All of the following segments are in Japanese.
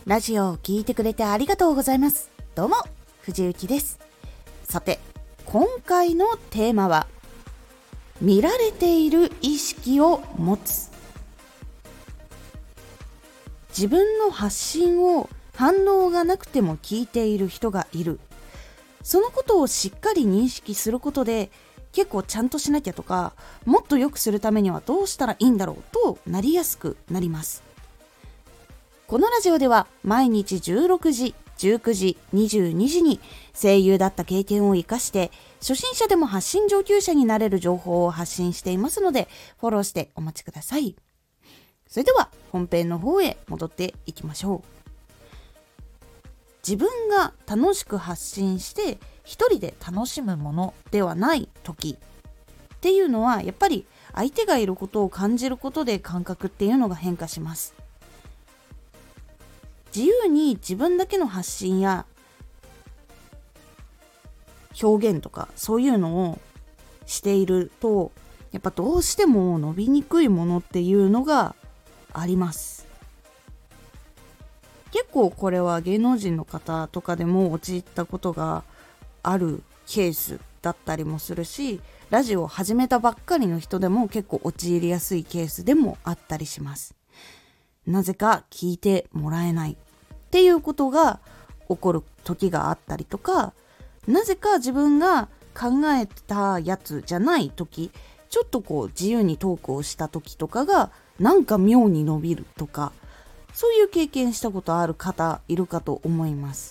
ラジオを聞いてくれてありがとうございます。どうも藤幸です。さて、今回のテーマは見られている意識を持つ。自分の発信を反応がなくても聞いている人がいる。そのことをしっかり認識することで、結構ちゃんとしなきゃとか、もっと良くするためにはどうしたらいいんだろうとなりやすくなります。このラジオでは毎日16時、19時、22時に声優だった経験を生かして初心者でも発信上級者になれる情報を発信していますので、フォローしてお待ちください。それでは本編の方へ戻っていきましょう。自分が楽しく発信して一人で楽しむものではない時っていうのは、やっぱり相手がいることを感じることで感覚っていうのが変化します。自由に自分だけの発信や表現とかそういうのをしていると、やっぱどうしても伸びにくいものっていうのがあります。結構これは芸能人の方とかでも陥ったことがあるケースだったりもするし、ラジオを始めたばっかりの人でも結構陥りやすいケースでもあったりします。なぜか聞いてもらえないっていうことが起こる時があったりとか、なぜか自分が考えたやつじゃない時、ちょっと自由にトークをした時とかがなんか妙に伸びるとか、そういう経験したことある方いるかと思います。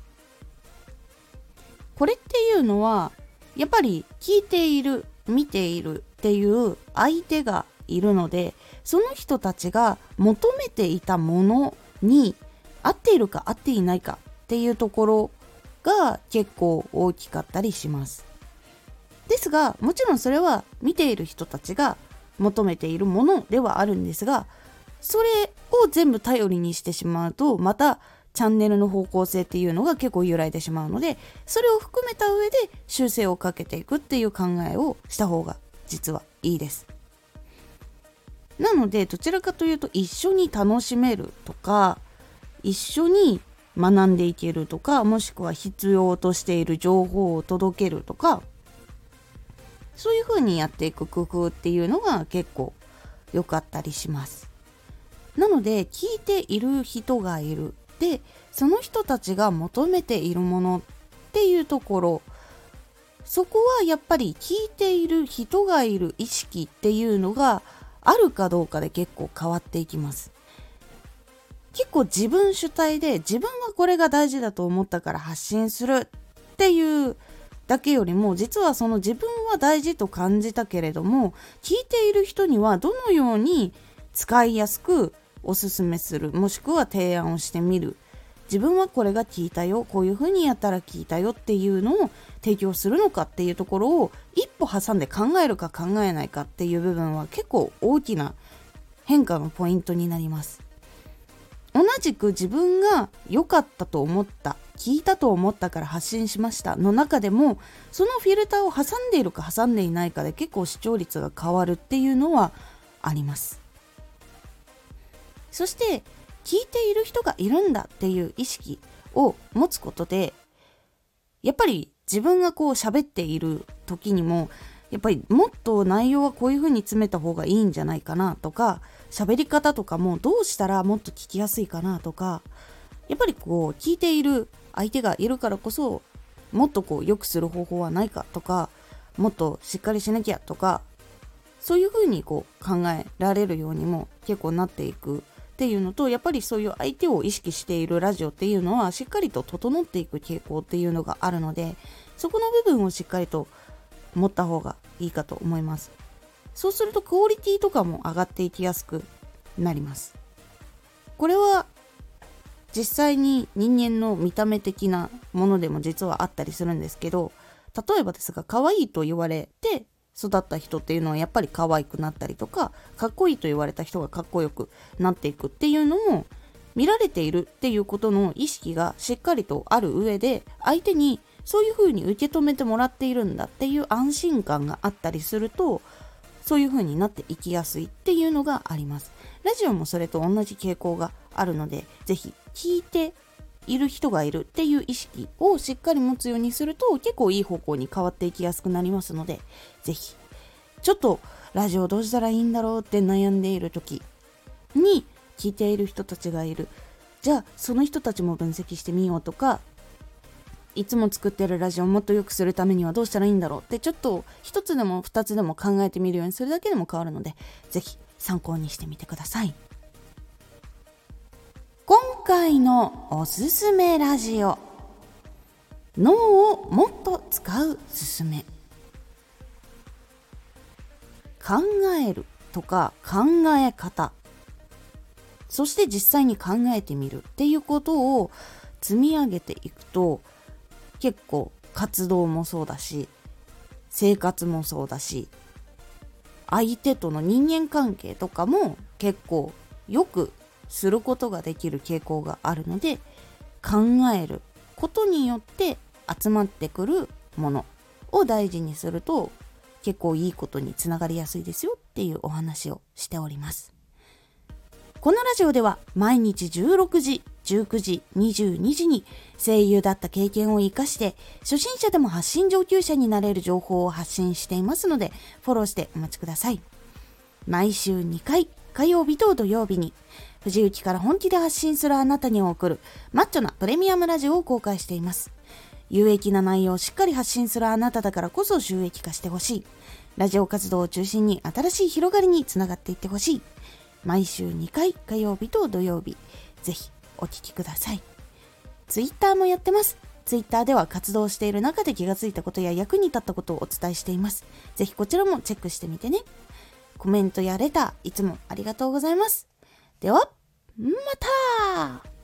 これっていうのはやっぱり聞いている、見ているっていう相手がいるので、その人たちが求めていたものに合っているか合っていないかっていうところが結構大きかったりします。ですが、もちろんそれは見ている人たちが求めているものではあるんですが、それを全部頼りにしてしまうと、またチャンネルの方向性っていうのが結構揺らいでしまうので、それを含めた上で修正をかけていくっていう考えをした方が実はいいです。なので、どちらかというと一緒に楽しめるとか、一緒に学んでいけるとか、もしくは必要としている情報を届けるとか、そういう風にやっていく工夫っていうのが結構良かったりします。なので、聞いている人がいる。で、その人たちが求めているものっていうところ、そこはやっぱり聞いている人がいる意識っていうのがあるかどうかで結構変わっていきます。結構自分主体で自分はこれが大事だと思ったから発信するっていうだけよりも、実はその自分は大事と感じたけれども、聞いている人にはどのように使いやすくおすすめする、もしくは提案をしてみる、自分はこれが聞いたよ、こういう風にやったら聞いたよっていうのを提供するのかっていうところを一歩挟んで考えるか考えないかっていう部分は結構大きな変化のポイントになります。同じく自分が良かったと思った、聞いたと思ったから発信しましたの中でも、そのフィルターを挟んでいるか挟んでいないかで結構視聴率が変わるっていうのはあります。そして聞いている人がいるんだっていう意識を持つことで、やっぱり自分が喋っている時にも、やっぱりもっと内容はこういう風に詰めた方がいいんじゃないかなとか、喋り方とかもどうしたらもっと聞きやすいかなとか、やっぱり聞いている相手がいるからこそ、もっと良くする方法はないかとか、もっとしっかりしなきゃとか、そういう風に考えられるようにも結構なっていくっていうのと、やっぱりそういう相手を意識しているラジオっていうのはしっかりと整っていく傾向っていうのがあるので、そこの部分をしっかりと持った方がいいかと思います。そうするとクオリティとかも上がっていきやすくなります。これは実際に人間の見た目的なものでも実はあったりするんですけど、例えばですが、可愛いと言われて育った人っていうのはやっぱり可愛くなったりとか、かっこいいと言われた人がかっこよくなっていくっていうのも、見られているっていうことの意識がしっかりとある上で、相手にそういう風に受け止めてもらっているんだっていう安心感があったりすると、そういう風になっていきやすいっていうのがあります。ラジオもそれと同じ傾向があるので、ぜひ聞いている人がいるっていう意識をしっかり持つようにすると結構いい方向に変わっていきやすくなりますので、ぜひちょっとラジオどうしたらいいんだろうって悩んでいる時に聞いている人たちがいる、じゃあその人たちも分析してみようとか、いつも作ってるラジオをもっと良くするためにはどうしたらいいんだろうってちょっと一つでも二つでも考えてみるようにするだけでも変わるので、ぜひ参考にしてみてください。今回のおすすめラジオ、脳をもっと使うすすめ。考えるとか考え方、そして実際に考えてみるっていうことを積み上げていくと、結構活動もそうだし、生活もそうだし、相手との人間関係とかも結構よくすることができる傾向があるので、考えることによって集まってくるものを大事にすると結構いいことにつながりやすいですよっていうお話をしております。このラジオでは毎日16時、19時、22時に声優だった経験を生かして初心者でも発信上級者になれる情報を発信していますので、フォローしてお待ちください。毎週2回、火曜日と土曜日に藤雪から本気で発信するあなたに送るマッチョなプレミアムラジオを公開しています。有益な内容をしっかり発信するあなただからこそ収益化してほしい。ラジオ活動を中心に新しい広がりにつながっていってほしい。毎週2回、火曜日と土曜日、ぜひお聞きください。ツイッターもやってます。ツイッターでは活動している中で気がついたことや役に立ったことをお伝えしています。ぜひこちらもチェックしてみてね。コメントやレターいつもありがとうございます。ではまた。